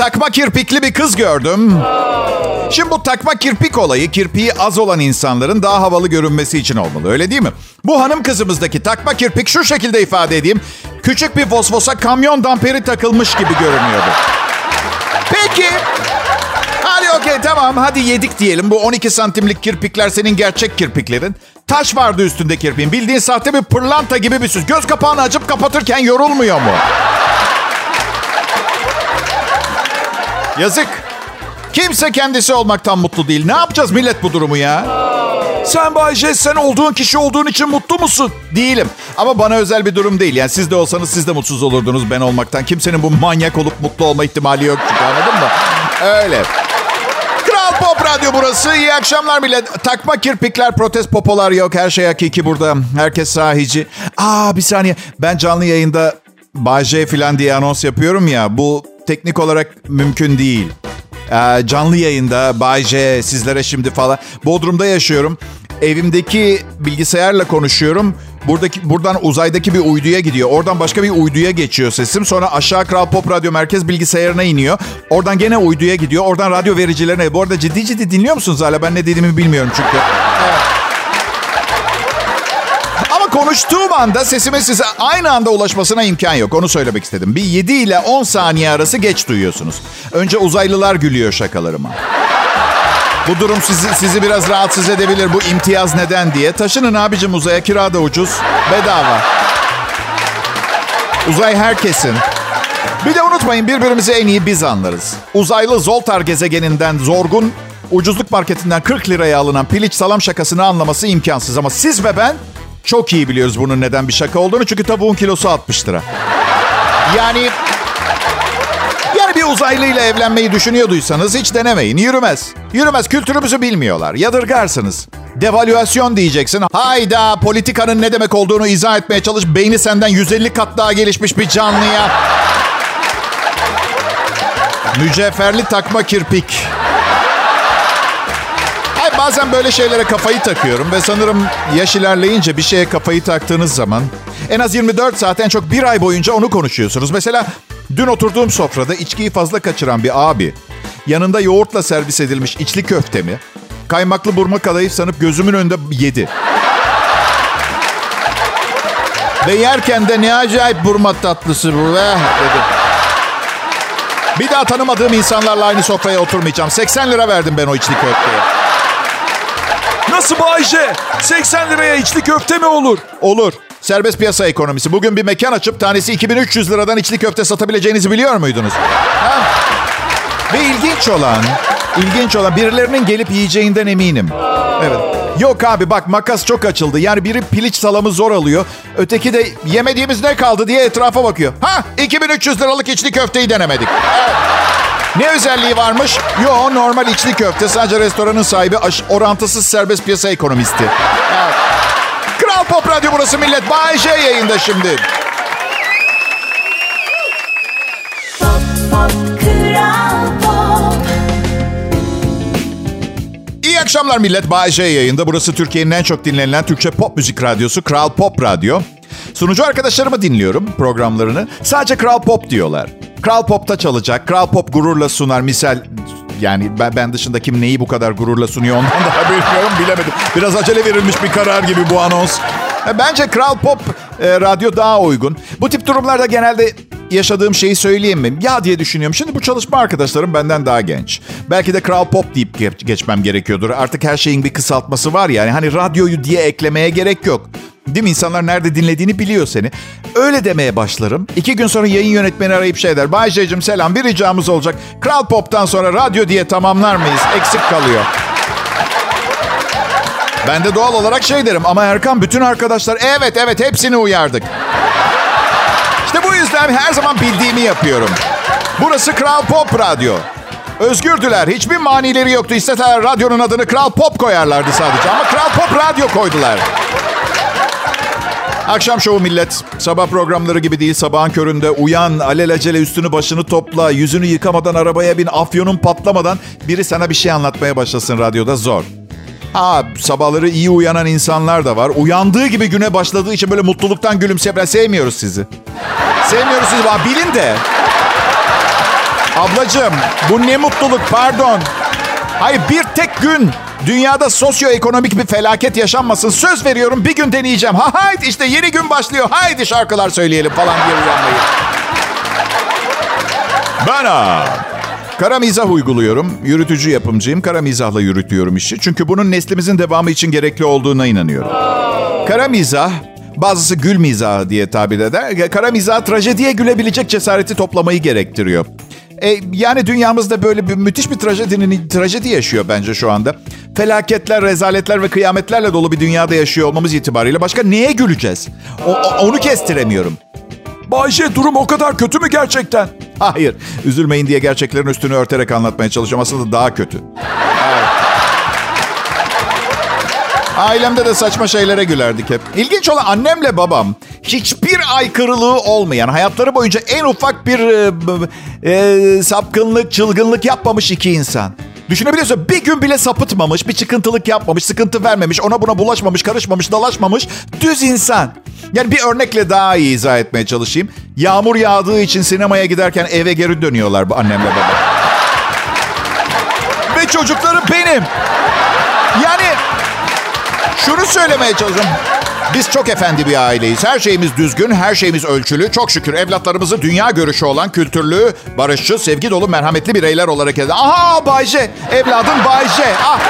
takma kirpikli bir kız gördüm. Şimdi bu takma kirpik olayı kirpiği az olan insanların daha havalı görünmesi için olmalı. Öyle değil mi? Bu hanım kızımızdaki takma kirpik şu şekilde ifade edeyim. Küçük bir fosfosa kamyon damperi takılmış gibi görünüyordu. Peki. Hadi okey tamam hadi yedik diyelim. Bu 12 santimlik kirpikler senin gerçek kirpiklerin. Taş vardı üstünde kirpiğin. Bildiğin sahte bir pırlanta gibi bir süs. Göz kapağını açıp kapatırken yorulmuyor mu? Yazık. Kimse kendisi olmaktan mutlu değil. Ne yapacağız millet bu durumu ya? Sen Bay J, sen olduğun kişi olduğun için mutlu musun? Değilim. Ama bana özel bir durum değil. Yani siz de olsanız siz de mutsuz olurdunuz ben olmaktan. Kimsenin bu manyak olup mutlu olma ihtimali yok çünkü, anladın mı? Öyle. Kral Pop Radyo burası. İyi akşamlar millet. Takma kirpikler, protest popolar yok. Her şey hakiki burada. Herkes sahici. Bir saniye. Ben canlı yayında Bay J falan diye anons yapıyorum ya. Bu teknik olarak mümkün değil. Canlı yayında Bay J sizlere şimdi falan. Bodrum'da yaşıyorum. Evimdeki bilgisayarla konuşuyorum. Buradan uzaydaki bir uyduya gidiyor. Oradan başka bir uyduya geçiyor sesim. Sonra aşağı Kral Pop Radyo merkez bilgisayarına iniyor. Oradan gene uyduya gidiyor. Oradan radyo vericilerine. Bu arada ciddi dinliyor musunuz hala? Ben ne dediğimi bilmiyorum çünkü. Evet. Ama konuştuğum anda sesimin size aynı anda ulaşmasına imkan yok. Onu söylemek istedim. Bir 7 ile 10 saniye arası geç duyuyorsunuz. Önce uzaylılar gülüyor şakalarıma. Bu durum sizi biraz rahatsız edebilir. Bu imtiyaz neden diye. Taşının abicim uzaya, kira da ucuz. Bedava. Uzay herkesin. Bir de unutmayın birbirimizi en iyi biz anlarız. Uzaylı Zoltar gezegeninden Zorg'un ucuzluk marketinden 40 liraya alınan piliç salam şakasını anlaması imkansız. Ama siz ve ben çok iyi biliyoruz bunun neden bir şaka olduğunu. Çünkü tavuğun kilosu 60 lira. Yani bir uzaylıyla evlenmeyi düşünüyorduysanız hiç denemeyin. Yürümez. Yürümez. Kültürümüzü bilmiyorlar. Yadırgarsınız. Devalüasyon diyeceksin. Hayda, politikanın ne demek olduğunu izah etmeye çalış. Beyni senden 150 kat daha gelişmiş bir canlıya. Mücevherli takma kirpik. Bazen böyle şeylere kafayı takıyorum ve sanırım yaş ilerleyince bir şeye kafayı taktığınız zaman en az 24 saat, en çok bir ay boyunca onu konuşuyorsunuz. Mesela dün oturduğum sofrada içkiyi fazla kaçıran bir abi yanında yoğurtla servis edilmiş içli köftemi kaymaklı burma kadayıf sanıp gözümün önünde yedi. Ve yerken de ne acayip burma tatlısı bu be dedi. Bir daha tanımadığım insanlarla aynı sofraya oturmayacağım. 80 lira verdim ben o içli köfteye. Nasıl Bay J? 80 liraya içli köfte mi olur? Olur. Serbest piyasa ekonomisi. Bugün bir mekan açıp tanesi 2300 liradan içli köfte satabileceğinizi biliyor muydunuz? Ha? Ve ilginç olan birilerinin gelip yiyeceğinden eminim. Evet. Yok abi bak makas çok açıldı. Yani biri piliç salamı zor alıyor. Öteki de yemediğimiz ne kaldı diye etrafa bakıyor. 2300 liralık içli köfteyi denemedik. Evet. Ne özelliği varmış? Yo, normal içli köfte. Sadece restoranın sahibi orantısız serbest piyasa ekonomisti. Evet. Kral Pop Radyo burası millet. Bay J yayında şimdi. Pop, pop, Kral Pop. İyi akşamlar millet. Bay J yayında. Burası Türkiye'nin en çok dinlenilen Türkçe pop müzik radyosu Kral Pop Radyo. Sunucu arkadaşlarımı dinliyorum programlarını. Sadece Kral Pop diyorlar. Kral Pop'ta çalacak. Kral Pop gururla sunar. Misal yani ben dışında kim neyi bu kadar gururla sunuyor ondan daha bilmiyorum, bilemedim. Biraz acele verilmiş bir karar gibi bu anons. Bence Kral Pop radyo daha uygun. Bu tip durumlarda genelde yaşadığım şeyi söyleyeyim mi? Ya diye düşünüyorum. Şimdi bu çalışma arkadaşlarım benden daha genç. Belki de Kral Pop deyip geçmem gerekiyordur. Artık her şeyin bir kısaltması var ya. Yani hani radyoyu diye eklemeye gerek yok. Değil mi? İnsanlar nerede dinlediğini biliyor seni. Öyle demeye başlarım. 2 gün sonra yayın yönetmeni arayıp şey der. Bay J'cim selam, bir ricamız olacak. Kral Pop'tan sonra radyo diye tamamlar mıyız? Eksik kalıyor. Ben de doğal olarak şey derim. Ama Erkan, bütün arkadaşlar evet hepsini uyardık. İşte bu yüzden her zaman bildiğimi yapıyorum. Burası Kral Pop Radyo. Özgürdüler. Hiçbir manileri yoktu. İsteseler radyonun adını Kral Pop koyarlardı sadece. Ama Kral Pop Radyo koydular. Akşam şovu millet. Sabah programları gibi değil. Sabahın köründe uyan, alelacele üstünü başını topla, yüzünü yıkamadan arabaya bin, afyonun patlamadan biri sana bir şey anlatmaya başlasın radyoda zor. Sabahları iyi uyanan insanlar da var. Uyandığı gibi güne başladığı için böyle mutluluktan gülümseyen, sevmiyoruz sizi. Sevmiyoruz sizi. Bilin de. Ablacığım bu ne mutluluk, pardon. Hayır, bir tek gün dünyada sosyoekonomik bir felaket yaşanmasın. Söz veriyorum, bir gün deneyeceğim. Haydi işte yeni gün başlıyor. Haydi şarkılar söyleyelim falan diye uyanmayı. Ben kara mizah uyguluyorum. Yürütücü yapımcıyım. Kara mizahla yürütüyorum işi. Çünkü bunun neslimizin devamı için gerekli olduğuna inanıyorum. Kara mizah, bazısı gül mizahı diye tabir eder. Kara mizah trajediye gülebilecek cesareti toplamayı gerektiriyor. Yani dünyamızda böyle bir müthiş bir trajedi yaşıyor bence şu anda. Felaketler, rezaletler ve kıyametlerle dolu bir dünyada yaşıyor olmamız itibariyle başka neye güleceğiz? Onu kestiremiyorum. Bayşe, durum o kadar kötü mü gerçekten? Hayır, üzülmeyin diye gerçeklerin üstünü örterek anlatmaya çalışıyorum. Aslında daha kötü. Evet. Ailemde de saçma şeylere gülerdik hep. İlginç olan annemle babam hiçbir aykırılığı olmayan, hayatları boyunca en ufak bir sapkınlık, çılgınlık yapmamış iki insan. Düşünebiliyorsun, bir gün bile sapıtmamış, bir çıkıntılık yapmamış, sıkıntı vermemiş, ona buna bulaşmamış, karışmamış, dalaşmamış, düz insan. Yani bir örnekle daha iyi izah etmeye çalışayım. Yağmur yağdığı için sinemaya giderken eve geri dönüyorlar annemle babam. Ve çocukları benim. Yani şunu söylemeye çalışıyorum. Biz çok efendi bir aileyiz. Her şeyimiz düzgün, her şeyimiz ölçülü. Çok şükür evlatlarımızı dünya görüşü olan, kültürlü, barışçı, sevgi dolu, merhametli bireyler olarak edin. Aha Bayce, evladım Bayce.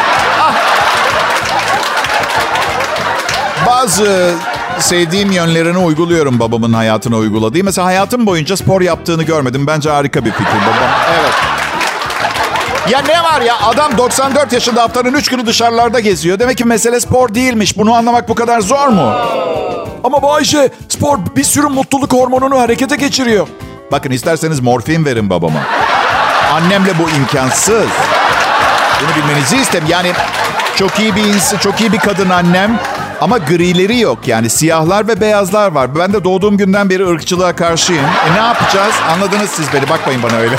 Bazı sevdiğim yönlerini uyguluyorum babamın hayatına uyguladığı. Mesela hayatım boyunca spor yaptığını görmedim. Bence harika bir fikir babam. Evet. Ya ne var ya, adam 94 yaşında, haftanın 3 günü dışarılarda geziyor. Demek ki mesele spor değilmiş. Bunu anlamak bu kadar zor mu? Ama Bayşe, spor bir sürü mutluluk hormonunu harekete geçiriyor. Bakın, isterseniz morfin verin babama. Annemle bu imkansız. Bunu bilmenizi isterim. Yani çok iyi bir insan, çok iyi bir kadın annem. Ama grileri yok, yani siyahlar ve beyazlar var. Ben de doğduğum günden beri ırkçılığa karşıyım. Ne yapacağız? Anladınız siz beni. Bakmayın bana öyle.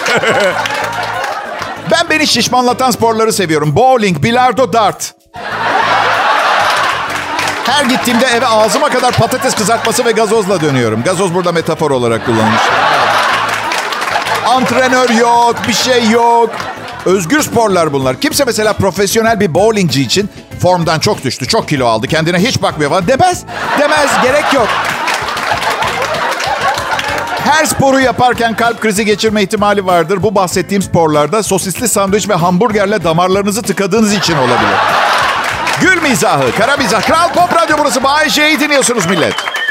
Ben beni şişmanlatan sporları seviyorum. Bowling, bilardo, dart. Her gittiğimde eve ağzıma kadar patates kızartması ve gazozla dönüyorum. Gazoz burada metafor olarak kullanılmış. Antrenör yok, bir şey yok. Özgür sporlar bunlar. Kimse mesela profesyonel bir bowlingci için formdan çok düştü, çok kilo aldı, kendine hiç bakmıyor falan demez. Demez, gerek yok. Her sporu yaparken kalp krizi geçirme ihtimali vardır. Bu bahsettiğim sporlarda sosisli sandviç ve hamburgerle damarlarınızı tıkadığınız için olabilir. Gül mizahı, kara mizah. Kral Pop Radyo burası. Bay J'yi dinliyorsunuz millet.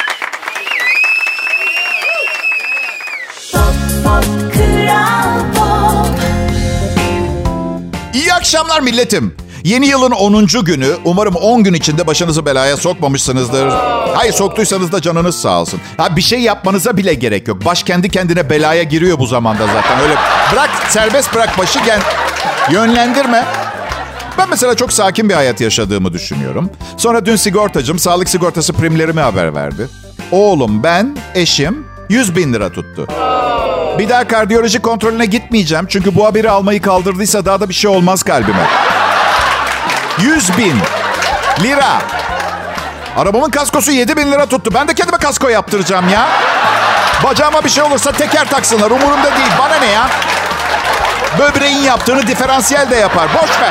Pop, pop, Kral Pop. İyi akşamlar milletim. Yeni yılın 10. günü. Umarım 10 gün içinde başınızı belaya sokmamışsınızdır. Hayır, soktuysanız da canınız sağ olsun. Bir şey yapmanıza bile gerek yok. Baş kendi kendine belaya giriyor bu zamanda zaten. Öyle bırak, serbest bırak başı, yönlendirme. Ben mesela çok sakin bir hayat yaşadığımı düşünüyorum. Sonra dün sigortacım sağlık sigortası primlerimi haber verdi. Oğlum, ben, eşim 100.000 lira tuttu. Bir daha kardiyoloji kontrolüne gitmeyeceğim. Çünkü bu haberi almayı kaldırdıysa daha da bir şey olmaz kalbime. 100.000 lira. Arabamın kaskosu 7.000 lira tuttu. Ben de kendime kasko yaptıracağım ya. Bacağıma bir şey olursa teker taksınlar. Umurumda değil. Bana ne ya? Böbreğin yaptığını diferansiyel de yapar. Boş ver.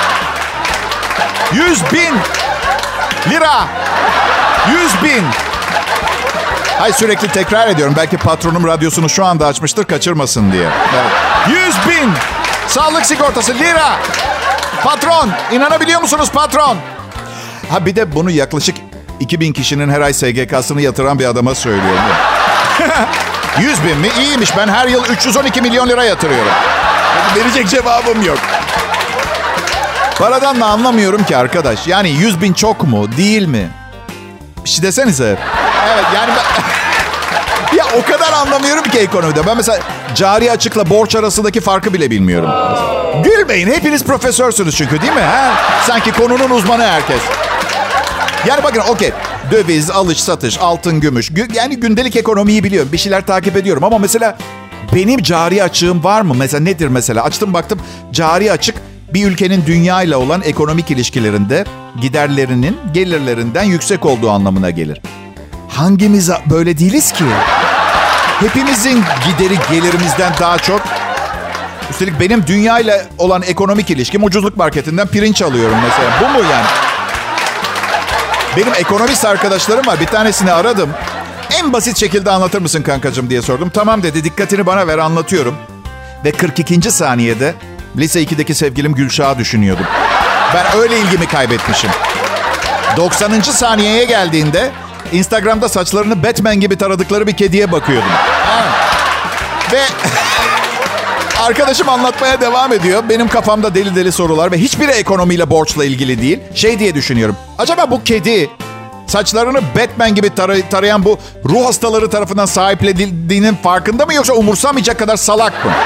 100.000 lira. 100.000. Hayır, sürekli tekrar ediyorum. Belki patronum radyosunu şu anda açmıştır, kaçırmasın diye. Evet. 100.000 sağlık sigortası lira. Patron, inanabiliyor musunuz patron? Bir de bunu yaklaşık 2.000 kişinin her ay SGK'sını yatıran bir adama söylüyorum. 100.000 mi? İyiymiş. Ben her yıl 312 milyon lira yatırıyorum. Verecek cevabım yok. Paradan da anlamıyorum ki arkadaş. Yani 100.000 çok mu? Değil mi? Bir şey desenize. Evet, yani ben... ya o kadar anlamıyorum ki ekonomide. Ben mesela cari açıkla borç arasındaki farkı bile bilmiyorum. Gülmeyin, hepiniz profesörsünüz çünkü, değil mi? Sanki konunun uzmanı herkes. Yani bakın, okey. Döviz, alış, satış, altın, gümüş. Yani gündelik ekonomiyi biliyorum. Bir şeyler takip ediyorum. Ama mesela benim cari açığım var mı? Mesela nedir mesela? Açtım baktım, cari açık bir ülkenin dünya ile olan ekonomik ilişkilerinde giderlerinin gelirlerinden yüksek olduğu anlamına gelir. Hangimiz böyle değiliz ki? Hepimizin gideri gelirimizden daha çok. Üstelik benim dünyayla olan ekonomik ilişkim ucuzluk marketinden pirinç alıyorum mesela. Bu mu yani? Benim ekonomist arkadaşlarım var. Bir tanesini aradım. En basit şekilde anlatır mısın kankacığım diye sordum. Tamam dedi, dikkatini bana ver, anlatıyorum. Ve 42. saniyede lise 2'deki sevgilim Gülşah'ı düşünüyordum. Ben öyle ilgimi kaybetmişim. 90. saniyeye geldiğinde Instagram'da saçlarını Batman gibi taradıkları bir kediye bakıyordum. Ve arkadaşım anlatmaya devam ediyor. Benim kafamda deli deli sorular ve hiçbiri ekonomiyle, borçla ilgili değil. Şey diye düşünüyorum. Acaba bu kedi saçlarını Batman gibi tarayan bu ruh hastaları tarafından sahiplenildiğinin farkında mı, yoksa umursamayacak kadar salak mı?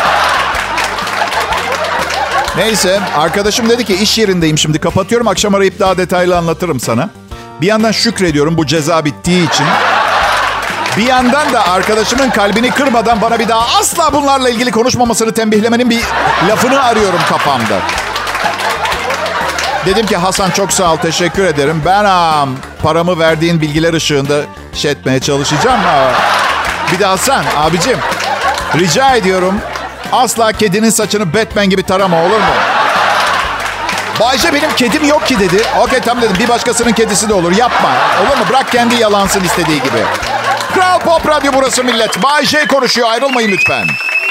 Neyse, arkadaşım dedi ki iş yerindeyim şimdi, kapatıyorum, akşam arayıp daha detaylı anlatırım sana. Bir yandan şükrediyorum bu ceza bittiği için. Bir yandan da arkadaşımın kalbini kırmadan bana bir daha asla bunlarla ilgili konuşmamasını tembihlemenin bir lafını arıyorum kafamda. Dedim ki Hasan çok sağ ol, teşekkür ederim. Ben paramı verdiğin bilgiler ışığında şey etmeye çalışacağım. Bir de Hasan abicim, rica ediyorum asla kedinin saçını Batman gibi tarama, olur mu? Bayce benim kedim yok ki dedi. Okey tamam dedim, bir başkasının kedisi de olur, yapma. Olur mu? Bırak kendi yalansın istediği gibi. Kral Pop Radyo burası millet. Bay J konuşuyor, ayrılmayın lütfen.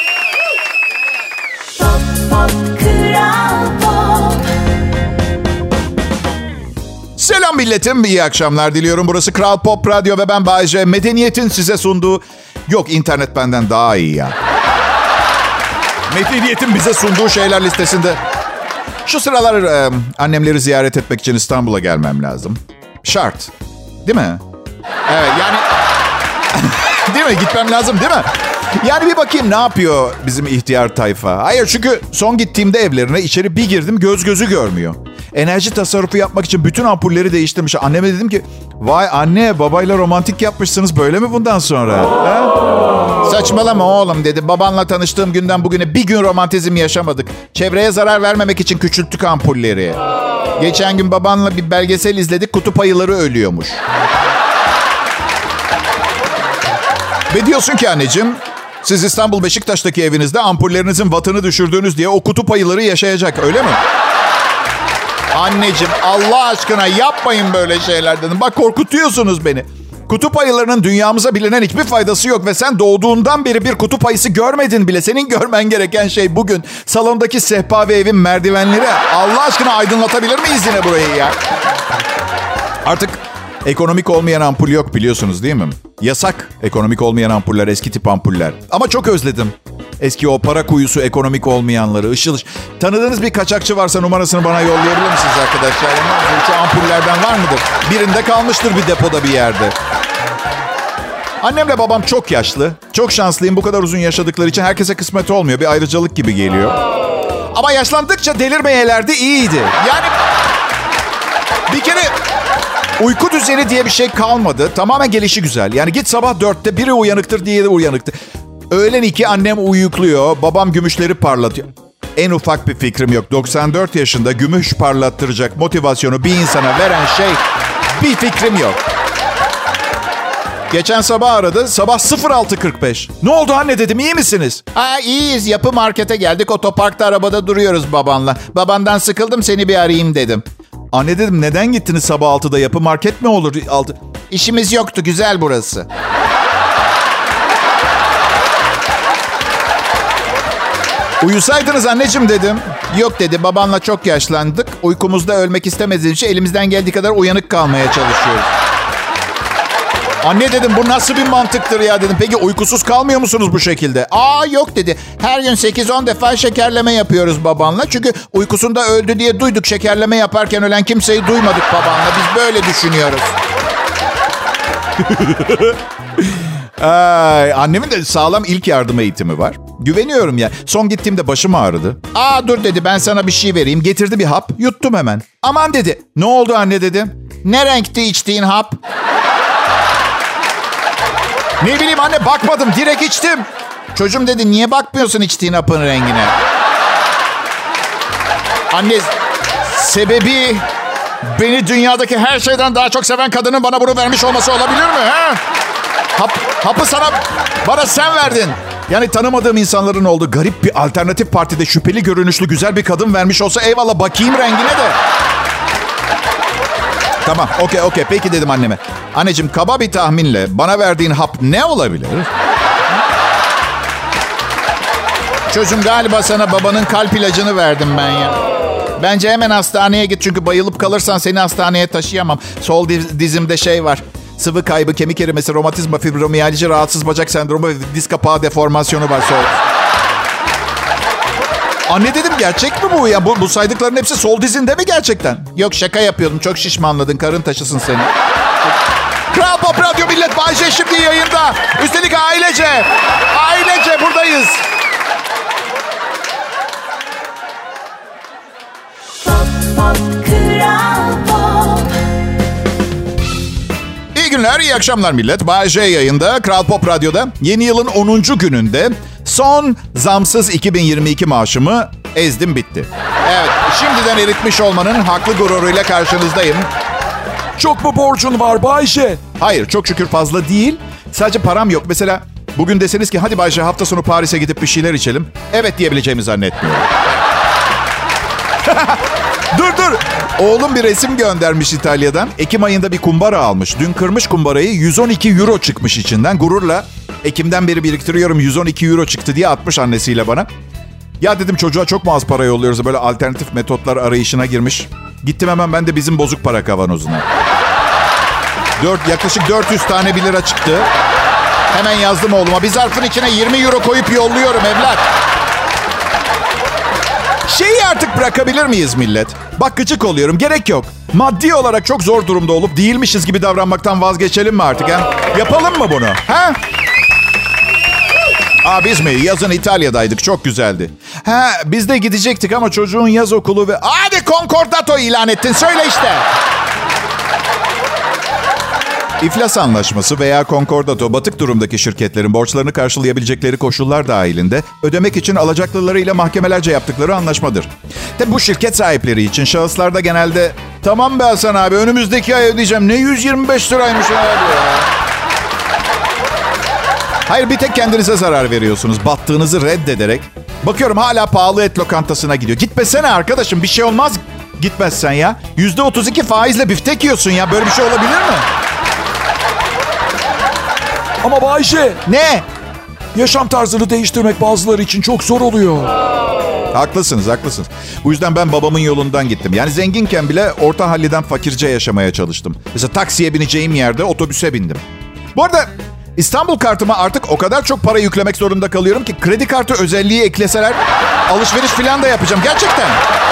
Pop, pop, Kral Pop. Selam milletim, iyi akşamlar diliyorum. Burası Kral Pop Radyo ve ben Bay J. Medeniyetin size sunduğu... Yok, internet benden daha iyi ya. Medeniyetin bize sunduğu şeyler listesinde. Şu sıralar annemleri ziyaret etmek için İstanbul'a gelmem lazım. Şart. Değil mi? Evet yani... Değil mi? Gitmem lazım değil mi? Yani bir bakayım ne yapıyor bizim ihtiyar tayfa. Hayır, çünkü son gittiğimde evlerine içeri bir girdim, göz gözü görmüyor. Enerji tasarrufu yapmak için bütün ampulleri değiştirmiş. Anneme dedim ki vay anne, babayla romantik yapmışsınız, böyle mi bundan sonra? Ha? Saçmalama oğlum dedi. Babanla tanıştığım günden bugüne bir gün romantizm yaşamadık. Çevreye zarar vermemek için küçülttük ampulleri. Geçen gün babanla bir belgesel izledik, kutup ayıları ölüyormuş. Ve diyorsun ki anneciğim, siz İstanbul Beşiktaş'taki evinizde ampullerinizin wattını düşürdüğünüz diye o kutup ayıları yaşayacak, öyle mi? Anneciğim Allah aşkına yapmayın böyle şeyler dedim. Bak korkutuyorsunuz beni. Kutup ayılarının dünyamıza bilinen hiçbir faydası yok ve sen doğduğundan beri bir kutup ayısı görmedin bile. Senin görmen gereken şey bugün salondaki sehpa ve evin merdivenleri. Allah aşkına aydınlatabilir miyiz yine burayı ya? Artık ekonomik olmayan ampul yok, biliyorsunuz değil mi? Yasak ekonomik olmayan ampuller, eski tip ampuller. Ama çok özledim. Eski o para kuyusu ekonomik olmayanları, ışıl ışıl. Tanıdığınız bir kaçakçı varsa numarasını bana yollayabilir misiniz arkadaşlar? Şu ampullerden var mıdır? Birinde kalmıştır bir depoda bir yerde. Annemle babam çok yaşlı. Çok şanslıyım, bu kadar uzun yaşadıkları için herkese kısmet olmuyor. Bir ayrıcalık gibi geliyor. Ama yaşlandıkça delirmeyelerdi, iyiydi. Yani bir kere uyku düzeni diye bir şey kalmadı. Tamamen gelişi güzel. Yani git sabah 4'te biri uyanıktır, diğeri uyanıktır. Öğlen 2 annem uyukluyor, babam gümüşleri parlatıyor. En ufak bir fikrim yok. 94 yaşında gümüş parlattıracak motivasyonu bir insana veren şey, bir fikrim yok. Geçen sabah aradı. Sabah 06.45. Ne oldu anne dedim, iyi misiniz? İyiyiz, yapı markete geldik, otoparkta arabada duruyoruz babanla. Babandan sıkıldım, seni bir arayayım dedim. Anne dedim, neden gittiniz sabah 6'da, yapı market mi olur? İşimiz yoktu, güzel burası. Uyusaydınız anneciğim dedim. Yok dedi, babanla çok yaşlandık. Uykumuzda ölmek istemediğimiz için elimizden geldiği kadar uyanık kalmaya çalışıyoruz. Anne dedim, bu nasıl bir mantıktır ya dedim. Peki uykusuz kalmıyor musunuz bu şekilde? Yok dedi. Her gün 8-10 defa şekerleme yapıyoruz babanla. Çünkü uykusunda öldü diye duyduk. Şekerleme yaparken ölen kimseyi duymadık babanla. Biz böyle düşünüyoruz. Annemin de sağlam ilk yardım eğitimi var. Güveniyorum ya. Son gittiğimde başım ağrıdı. Dur dedi, ben sana bir şey vereyim. Getirdi bir hap. Yuttum hemen. Aman dedi. Ne oldu anne dedim. Ne renkti içtiğin hap? Ne bileyim anne, bakmadım, direkt içtim. Çocuğum dedi, niye bakmıyorsun içtiğin hapın rengine? Anne, sebebi beni dünyadaki her şeyden daha çok seven kadının bana bunu vermiş olması olabilir mi? He? Hapı bana sen verdin. Yani tanımadığım insanların olduğu garip bir alternatif partide şüpheli görünüşlü güzel bir kadın vermiş olsa eyvallah, bakayım rengine de. Tamam, okey. Peki dedim anneme. Anneciğim, kaba bir tahminle bana verdiğin hap ne olabilir? Çocuğum, galiba sana babanın kalp ilacını verdim ben ya. Bence hemen hastaneye git, çünkü bayılıp kalırsan seni hastaneye taşıyamam. Sol dizimde şey var. Sıvı kaybı, kemik erimesi, romatizma, fibromiyalji, rahatsız bacak sendromu ve diz kapağı deformasyonu var. Anne dedim, gerçek mi bu ya? Bu saydıkların hepsi sol dizinde mi gerçekten? Yok, şaka yapıyordum. Çok şişmanladın. Karın taşısın seni. Kral Pop Radyo Millet, Bay J şimdi yayında. Üstelik ailece. Ailece buradayız. İyi günler, iyi akşamlar millet. Bay J yayında, Kral Pop Radyo'da. Yeni yılın 10. gününde son zamsız 2022 maaşımı ezdim, bitti. Evet, şimdiden eritmiş olmanın haklı gururuyla karşınızdayım. Çok mu borcun var Bay J? Hayır, çok şükür fazla değil. Sadece param yok. Mesela bugün deseniz ki hadi Bay J hafta sonu Paris'e gidip bir şeyler içelim. Evet diyebileceğimi zannetmiyorum. Dur. Oğlum bir resim göndermiş İtalya'dan. Ekim ayında bir kumbara almış. Dün kırmış kumbarayı, 112 euro çıkmış içinden. Gururla Ekim'den beri biriktiriyorum, 112 euro çıktı diye atmış annesiyle bana. Ya dedim, çocuğa çok mu az para yolluyoruz? Böyle alternatif metotlar arayışına girmiş. Gittim hemen ben de bizim bozuk para kavanozuna. Yaklaşık 400 tane 1 lira çıktı. Hemen yazdım oğluma. Bir zarfın içine 20 euro koyup yolluyorum evlat. Şeyi artık bırakabilir miyiz millet? Bak, gıcık oluyorum. Gerek yok. Maddi olarak çok zor durumda olup değilmişiz gibi davranmaktan vazgeçelim mi artık? He? Yapalım mı bunu? Ha? Biz mi? Yazın İtalya'daydık. Çok güzeldi. Biz de gidecektik ama çocuğun yaz okulu ve... Hadi konkordato ilan ettin. Söyle işte. İflas anlaşması veya konkordato, batık durumdaki şirketlerin borçlarını karşılayabilecekleri koşullar dahilinde ödemek için alacaklılarıyla mahkemelerce yaptıkları anlaşmadır. Tabi bu şirket sahipleri için şahıslarda genelde tamam be Hasan abi, önümüzdeki ay ödeyeceğim. Ne 125 liraymış abi ya. Hayır, bir tek kendinize zarar veriyorsunuz battığınızı reddederek. Bakıyorum hala pahalı et lokantasına gidiyor. Gitmesene arkadaşım, bir şey olmaz gitmezsen ya. %32 faizle biftek yiyorsun ya, böyle bir şey olabilir mi? Ama Bay J, Ne? yaşam tarzını değiştirmek bazıları için çok zor oluyor. Haklısınız. Bu yüzden ben babamın yolundan gittim. Yani zenginken bile orta halliden fakirce yaşamaya çalıştım. Mesela taksiye bineceğim yerde otobüse bindim. Bu arada İstanbul kartıma artık o kadar çok para yüklemek zorunda kalıyorum ki kredi kartı özelliği ekleseler alışveriş falan da yapacağım. Gerçekten.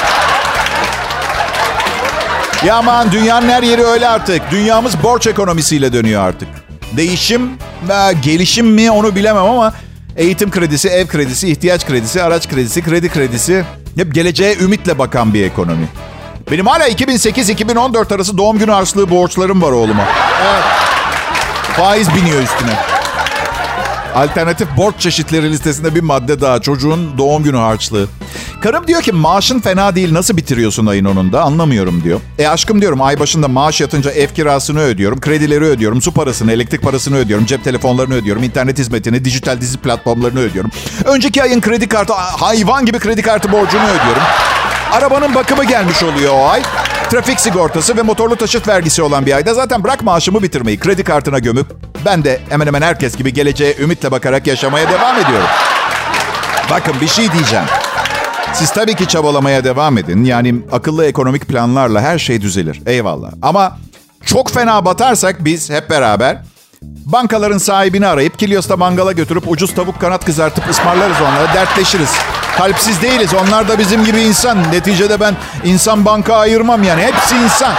Ya aman, dünyanın her yeri öyle artık. Dünyamız borç ekonomisiyle dönüyor artık. Değişim, gelişim mi onu bilemem ama eğitim kredisi, ev kredisi, ihtiyaç kredisi, araç kredisi, kredi kredisi, hep geleceğe ümitle bakan bir ekonomi. Benim hala 2008-2014 arası doğum günü harçlığı borçlarım var oğluma. Evet. Faiz biniyor üstüne. Alternatif borç çeşitleri listesinde bir madde daha. Çocuğun doğum günü harçlığı. Karım diyor ki maaşın fena değil, nasıl bitiriyorsun ayın 10'unda, anlamıyorum diyor. Aşkım diyorum, ay başında maaş yatınca ev kirasını ödüyorum, kredileri ödüyorum, su parasını, elektrik parasını ödüyorum, cep telefonlarını ödüyorum, internet hizmetini, dijital dizi platformlarını ödüyorum. Önceki ayın kredi kartı, hayvan gibi kredi kartı borcunu ödüyorum. Arabanın bakımı gelmiş oluyor o ay. Trafik sigortası ve motorlu taşıt vergisi olan bir ayda zaten bırak maaşımı bitirmeyi, kredi kartına gömüp ben de hemen hemen herkes gibi geleceğe ümitle bakarak yaşamaya devam ediyorum. Bakın, bir şey diyeceğim. Siz tabii ki çabalamaya devam edin. Yani akıllı ekonomik planlarla her şey düzelir. Eyvallah. Ama çok fena batarsak biz hep beraber bankaların sahibini arayıp Kilyos'ta mangala götürüp ucuz tavuk kanat kızartıp ısmarlarız onlara, dertleşiriz. Kalpsiz değiliz. Onlar da bizim gibi insan. Neticede ben insan banka ayırmam yani. Hepsi insan.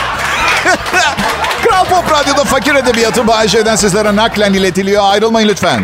Kral Pop Radyo'da fakir edebiyatı Bay J'den sizlere naklen iletiliyor. Ayrılmayın lütfen.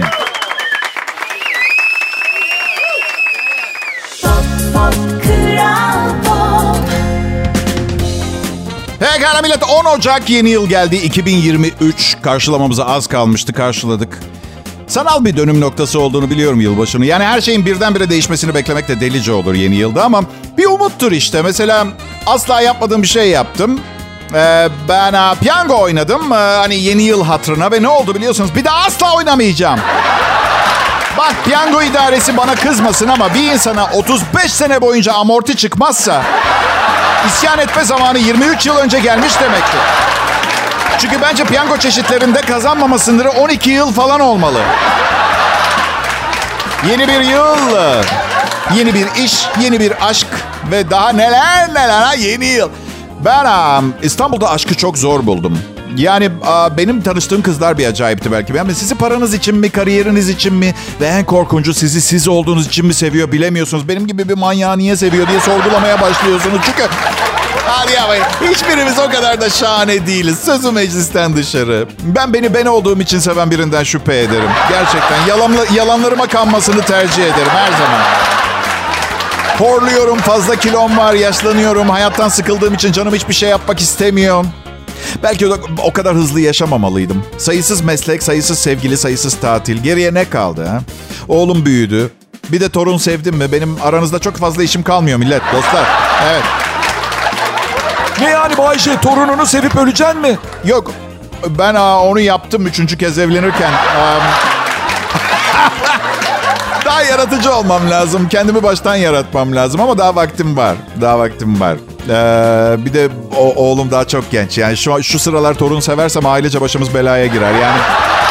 Pekala millet, 10 Ocak yeni yıl geldi. 2023 karşılamamıza az kalmıştı, karşıladık. Sanal bir dönüm noktası olduğunu biliyorum yılbaşını. Yani her şeyin birdenbire değişmesini beklemek de delice olur yeni yılda ama bir umuttur işte. Mesela asla yapmadığım bir şey yaptım. Ben piyango oynadım hani yeni yıl hatırına ve ne oldu biliyorsunuz? Bir daha asla oynamayacağım. Bak piyango idaresi bana kızmasın ama bir insana 35 sene boyunca amorti çıkmazsa isyan etme zamanı 23 yıl önce gelmiş demektir. Çünkü bence piyango çeşitlerinde kazanmama sınırı 12 yıl falan olmalı. Yeni bir yıl, yeni bir iş, yeni bir aşk ve daha neler ha, yeni yıl. Ben İstanbul'da aşkı çok zor buldum. Yani benim tanıştığım kızlar bir acayipti belki. Yani sizi paranız için mi, kariyeriniz için mi ve en korkuncu sizi siz olduğunuz için mi seviyor bilemiyorsunuz. Benim gibi bir manyağı niye seviyor diye sorgulamaya başlıyorsunuz. Çünkü hadi ya, hiçbirimiz o kadar da şahane değiliz. Sözü meclisten dışarı. Ben beni olduğum için seven birinden şüphe ederim. Gerçekten yalanlarıma kanmasını tercih ederim her zaman. Horluyorum, fazla kilom var, yaşlanıyorum. Hayattan sıkıldığım için canım hiçbir şey yapmak istemiyor. Belki o kadar hızlı yaşamamalıydım. Sayısız meslek, sayısız sevgili, sayısız tatil. Geriye ne kaldı ha? Oğlum büyüdü. Bir de torun sevdim mi? Benim aranızda çok fazla işim kalmıyor millet, dostlar. Evet. Ne yani Bayce, torununu sevip öleceksin mi? Yok, ben onu yaptım 3. kez evlenirken. Daha yaratıcı olmam lazım. Kendimi baştan yaratmam lazım ama daha vaktim var. Bir de oğlum daha çok genç. Yani şu sıralar torun seversem ailece başımız belaya girer. Yani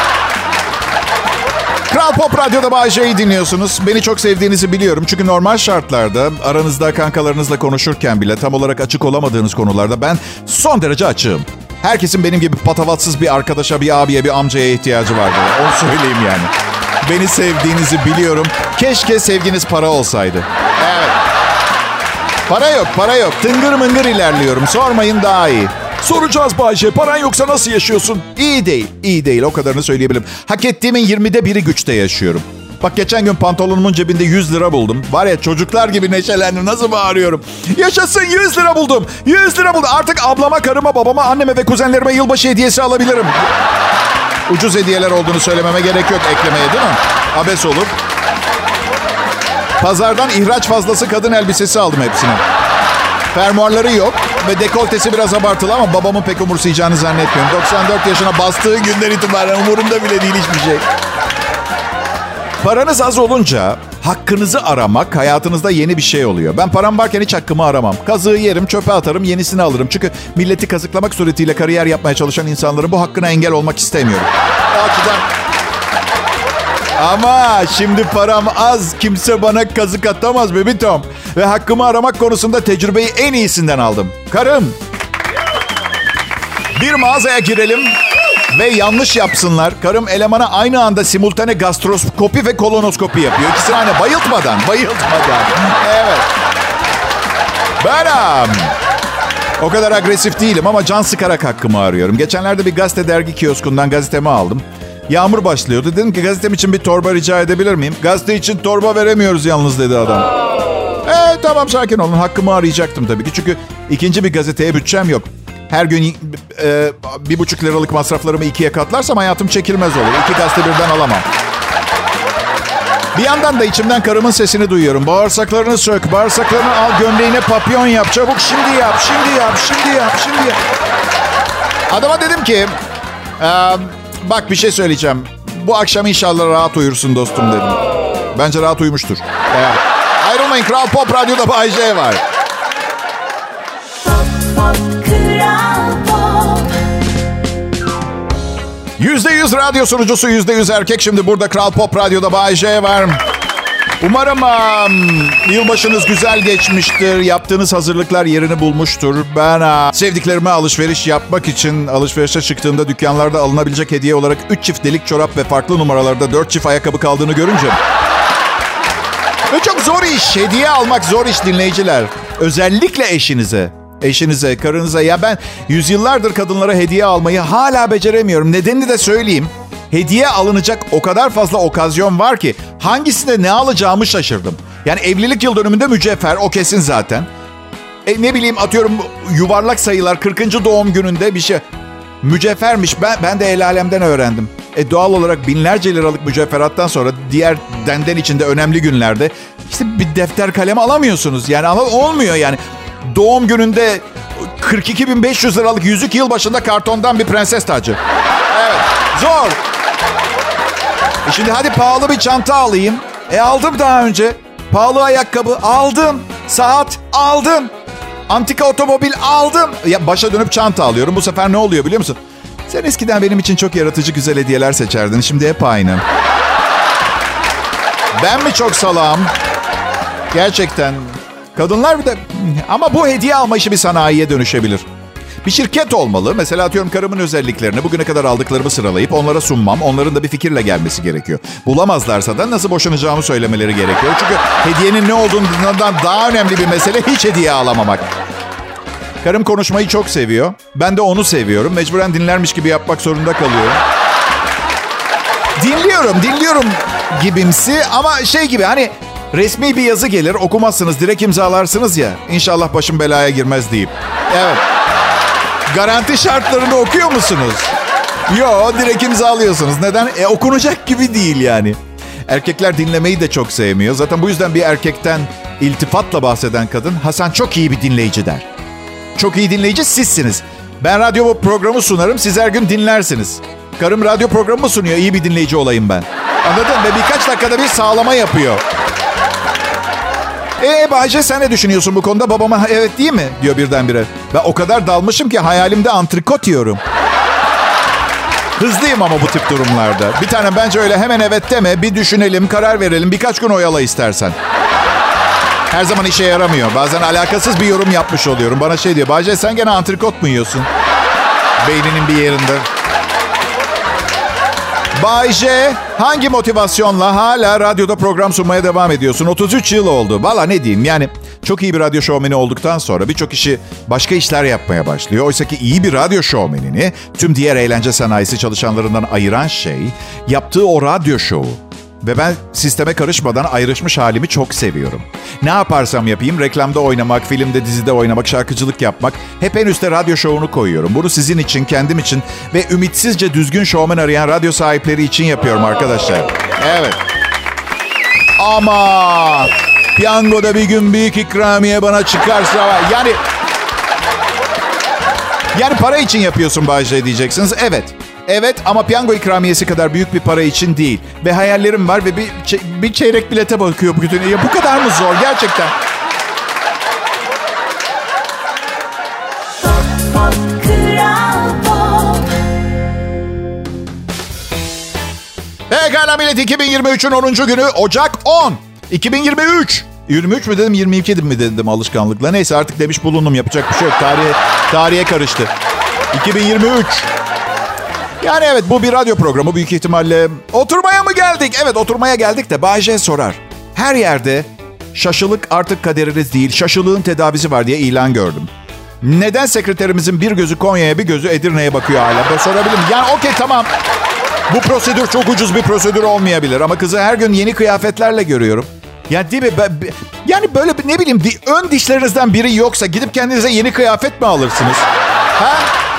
Kral Pop Radyo'da Bay J'yi dinliyorsunuz. Beni çok sevdiğinizi biliyorum. Çünkü normal şartlarda aranızda kankalarınızla konuşurken bile tam olarak açık olamadığınız konularda ben son derece açığım. Herkesin benim gibi patavatsız bir arkadaşa, bir abiye, bir amcaya ihtiyacı vardır. Onu söyleyeyim yani. Beni sevdiğinizi biliyorum. Keşke sevginiz para olsaydı. Evet. Para yok. Tıngır mıngır ilerliyorum. Sormayın daha iyi. Soracağız Bayce, paran yoksa nasıl yaşıyorsun? İyi değil. O kadarını söyleyebilirim. Hak ettiğimin 20'de biri güçte yaşıyorum. Bak geçen gün pantolonumun cebinde 100 lira buldum. Var ya çocuklar gibi neşelendim. Nasıl bağırıyorum. Yaşasın 100 lira buldum. 100 lira buldum. Artık ablama, karıma, babama, anneme ve kuzenlerime yılbaşı hediyesi alabilirim. Ucuz hediyeler olduğunu söylememe gerek yok eklemeye değil mi? Abes olur. Pazardan ihraç fazlası kadın elbisesi aldım hepsine. Fermuarları yok ve dekoltesi biraz abartılı ama babamın pek umursayacağını zannetmiyorum. 94 yaşına bastığı günden itibaren umurumda bile değil hiçbir şey. Paranız az olunca hakkınızı aramak hayatınızda yeni bir şey oluyor. Ben param varken hiç hakkımı aramam. Kazığı yerim, çöpe atarım, yenisini alırım. Çünkü milleti kazıklamak suretiyle kariyer yapmaya çalışan insanların bu hakkına engel olmak istemiyorum. O açıdan... Ama şimdi param az, kimse bana kazık atamaz bebitom. Ve hakkımı aramak konusunda tecrübeyi en iyisinden aldım. Karım. Bir mağazaya girelim ve yanlış yapsınlar. Karım elemana aynı anda simultane gastroskopi ve kolonoskopi yapıyor. İkisini aynı bayıltmadan. Evet. Benim. O kadar agresif değilim ama can sıkarak hakkımı arıyorum. Geçenlerde bir gazete dergi kioskundan gazetemi aldım. Yağmur başlıyordu. Dedim ki gazetem için bir torba rica edebilir miyim? Gazete için torba veremiyoruz yalnız dedi adam. Tamam sakin olun. Hakkımı arayacaktım tabii ki. Çünkü ikinci bir gazeteye bütçem yok. Her gün 1,5 liralık masraflarımı 2'ye katlarsam hayatım çekilmez olur. 2 gazete birden alamam. Bir yandan da içimden karımın sesini duyuyorum. Bağırsaklarını sök, bağırsaklarını al, gömleğine papyon yap. Çabuk şimdi yap. Adama dedim ki... Bak bir şey söyleyeceğim. Bu akşam inşallah rahat uyursun dostum dedim. Bence rahat uyumuştur. Ayrılmayın, Kral Pop Radyo'da Bay J var. %100 radyo sunucusu, %100 erkek. Şimdi burada Kral Pop Radyo'da Bay J var. Umarım yılbaşınız güzel geçmiştir. Yaptığınız hazırlıklar yerini bulmuştur. Ben sevdiklerime alışveriş yapmak için alışverişe çıktığımda dükkanlarda alınabilecek hediye olarak 3 çift delik çorap ve farklı numaralarda 4 çift ayakkabı kaldığını görünce... Ve çok zor iş. Hediye almak zor iş dinleyiciler. Özellikle eşinize, karınıza. Ya ben yüzyıllardır kadınlara hediye almayı hala beceremiyorum. Nedenini de söyleyeyim. Hediye alınacak o kadar fazla okazyon var ki hangisinde ne alacağımı şaşırdım. Yani evlilik yıl dönümünde mücevher, o kesin zaten. Ne bileyim atıyorum yuvarlak sayılar 40. doğum gününde bir şey. Mücevhermiş, ben de el alemden öğrendim. Doğal olarak binlerce liralık mücevherattan sonra diğer denden içinde önemli günlerde işte bir defter kalem alamıyorsunuz. Yani olmuyor yani. Doğum gününde 42.500 liralık yüzük, yılbaşında kartondan bir prenses tacı. Evet, zor. Şimdi hadi pahalı bir çanta alayım. Aldım daha önce. Pahalı ayakkabı aldım. Saat aldım. Antika otomobil aldım. Ya başa dönüp çanta alıyorum. Bu sefer ne oluyor biliyor musun? Sen eskiden benim için çok yaratıcı güzel hediyeler seçerdin. Şimdi hep aynı. Ben mi çok salağım? Gerçekten. Kadınlar bir de... Ama bu hediye alma işi bir sanayiye dönüşebilir. Bir şirket olmalı. Mesela atıyorum karımın özelliklerini bugüne kadar aldıklarımı sıralayıp onlara sunmam. Onların da bir fikirle gelmesi gerekiyor. Bulamazlarsa da nasıl boşanacağımı söylemeleri gerekiyor. Çünkü hediyenin ne olduğundan daha önemli bir mesele hiç hediye alamamak. Karım konuşmayı çok seviyor. Ben de onu seviyorum. Mecburen dinlermiş gibi yapmak zorunda kalıyorum. Dinliyorum gibimsi ama şey gibi hani resmi bir yazı gelir okumazsınız direkt imzalarsınız ya. İnşallah başım belaya girmez deyip. Evet. Garanti şartlarını okuyor musunuz? Yo, direkt imzalıyorsunuz. Neden? Okunacak gibi değil yani. Erkekler dinlemeyi de çok sevmiyor. Zaten bu yüzden bir erkekten iltifatla bahseden kadın Hasan çok iyi bir dinleyici der. Çok iyi dinleyici sizsiniz. Ben radyo programı sunarım, siz her gün dinlersiniz. Karım radyo programı sunuyor, iyi bir dinleyici olayım ben. Anladın? Ve birkaç dakikada bir sağlama yapıyor. Bayce sen ne düşünüyorsun bu konuda? Babama evet değil mi? Diyor birdenbire. Ben o kadar dalmışım ki hayalimde antrikot yiyorum. Hızlıyım ama bu tip durumlarda. Bir tane bence öyle hemen evet deme. Bir düşünelim, karar verelim. Birkaç gün oyala istersen. Her zaman işe yaramıyor. Bazen alakasız bir yorum yapmış oluyorum. Bana şey diyor. Bayce sen gene antrikot mu yiyorsun? Beyninin bir yerinde. Bay J, hangi motivasyonla hala radyoda program sunmaya devam ediyorsun? 33 yıl oldu. Valla ne diyeyim yani çok iyi bir radyo şovmeni olduktan sonra birçok kişi başka işler yapmaya başlıyor. Oysa ki iyi bir radyo şovmenini tüm diğer eğlence sanayisi çalışanlarından ayıran şey yaptığı o radyo şovu. Ve ben sisteme karışmadan ayrışmış halimi çok seviyorum. Ne yaparsam yapayım reklamda oynamak, filmde dizide oynamak, şarkıcılık yapmak hep en üste radyo şovunu koyuyorum. Bunu sizin için, kendim için ve ümitsizce düzgün şovmen arayan radyo sahipleri için yapıyorum arkadaşlar. Evet. Ama piyangoda bir gün büyük ikramiye bana çıkarsa yani para için yapıyorsun Bayce diyeceksiniz. Evet ama piyango ikramiyesi kadar büyük bir para için değil. Ve hayallerim var ve bir çeyrek bilete bakıyor bütün. Ya bu kadar mı zor gerçekten? Pekala millet 2023'ün 10. günü Ocak 10. 2023. 23 mü dedim 22 mi dedim alışkanlıkla. Neyse artık demiş bulundum yapacak bir şey yok. Tarihe karıştı. 2023. Yani evet bu bir radyo programı büyük ihtimalle. Oturmaya mı geldik? Evet oturmaya geldik de Bay J sorar. Her yerde şaşılık artık kaderiniz değil, şaşılığın tedavisi var diye ilan gördüm. Neden sekreterimizin bir gözü Konya'ya bir gözü Edirne'ye bakıyor hala? Ben sorabilirim. Yani okey tamam. Bu prosedür çok ucuz bir prosedür olmayabilir ama kızı her gün yeni kıyafetlerle görüyorum. Yani değil mi? Yani böyle ne bileyim ön dişlerinizden biri yoksa gidip kendinize yeni kıyafet mi alırsınız? Ha?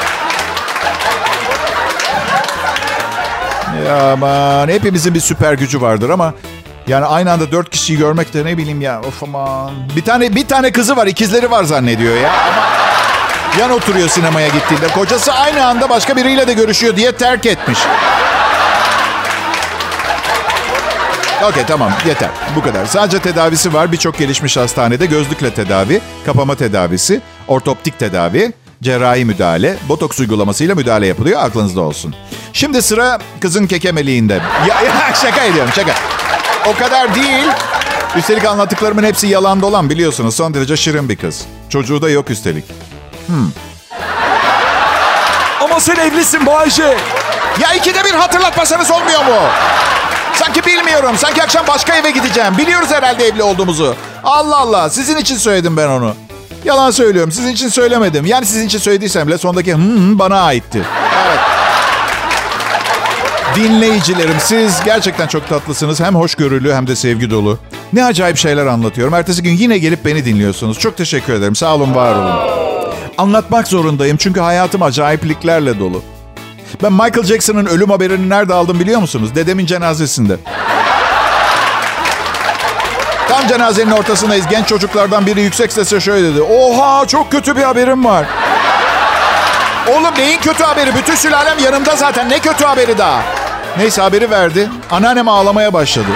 Ya aman hepimizin bir süper gücü vardır ama yani aynı anda 4 kişiyi görmek de ne bileyim ya of aman. Bir tane kızı var, ikizleri var zannediyor ya. Ama yan oturuyor sinemaya gittiğinde. Kocası aynı anda başka biriyle de görüşüyor diye terk etmiş. Okey tamam yeter bu kadar. Sadece tedavisi var birçok gelişmiş hastanede. Gözlükle tedavi, kapama tedavisi, ortoptik tedavi, cerrahi müdahale, botoks uygulamasıyla müdahale yapılıyor. Aklınızda olsun. Şimdi sıra kızın kekemeliğinde. Ya şaka ediyorum şaka. O kadar değil. Üstelik anlattıklarımın hepsi yalan dolan biliyorsunuz. Son derece şirin bir kız. Çocuğu da yok üstelik. Ama sen evlisin Bayce. Ya ikide bir hatırlatmasanız olmuyor mu? Sanki bilmiyorum. Sanki akşam başka eve gideceğim. Biliyoruz herhalde evli olduğumuzu. Allah Allah. Sizin için söyledim ben onu. Yalan söylüyorum. Sizin için söylemedim. Yani sizin için söylediysem bile sondaki bana aitti. Evet. Dinleyicilerim siz gerçekten çok tatlısınız. Hem hoşgörülü hem de sevgi dolu. Ne acayip şeyler anlatıyorum. Ertesi gün yine gelip beni dinliyorsunuz. Çok teşekkür ederim. Sağ olun, var olun. Anlatmak zorundayım çünkü hayatım acayipliklerle dolu. Ben Michael Jackson'ın ölüm haberini nerede aldım biliyor musunuz? Dedemin cenazesinde. Tam cenazenin ortasındayız. Genç çocuklardan biri yüksek sesle şöyle dedi. Oha çok kötü bir haberim var. Oğlum neyin kötü haberi? Bütün sülalem yanımda zaten. Ne kötü haberi daha? Neyse haberi verdi. Anneannem ağlamaya başladı.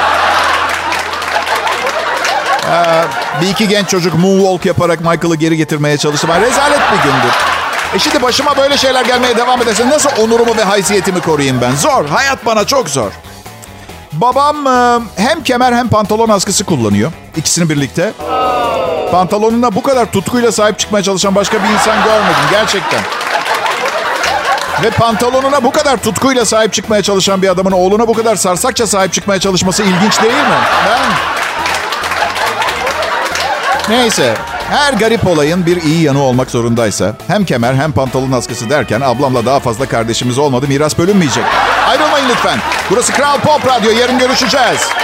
Bir iki genç çocuk moonwalk yaparak Michael'ı geri getirmeye çalıştı. Rezalet bir gündü. Şimdi başıma böyle şeyler gelmeye devam ederse nasıl onurumu ve haysiyetimi koruyayım ben? Zor. Hayat bana çok zor. Babam hem kemer hem pantolon askısı kullanıyor. İkisini birlikte. Pantolonuna bu kadar tutkuyla sahip çıkmaya çalışan başka bir insan görmedim. Gerçekten. Ve pantolonuna bu kadar tutkuyla sahip çıkmaya çalışan bir adamın oğluna bu kadar sarsakça sahip çıkmaya çalışması ilginç değil mi? Neyse. Her garip olayın bir iyi yanı olmak zorundaysa hem kemer hem pantolon askısı derken ablamla daha fazla kardeşimiz olmadı. Miras bölünmeyecek. Ayrılmayın lütfen. Burası Kral Pop Radyo. Yarın görüşeceğiz.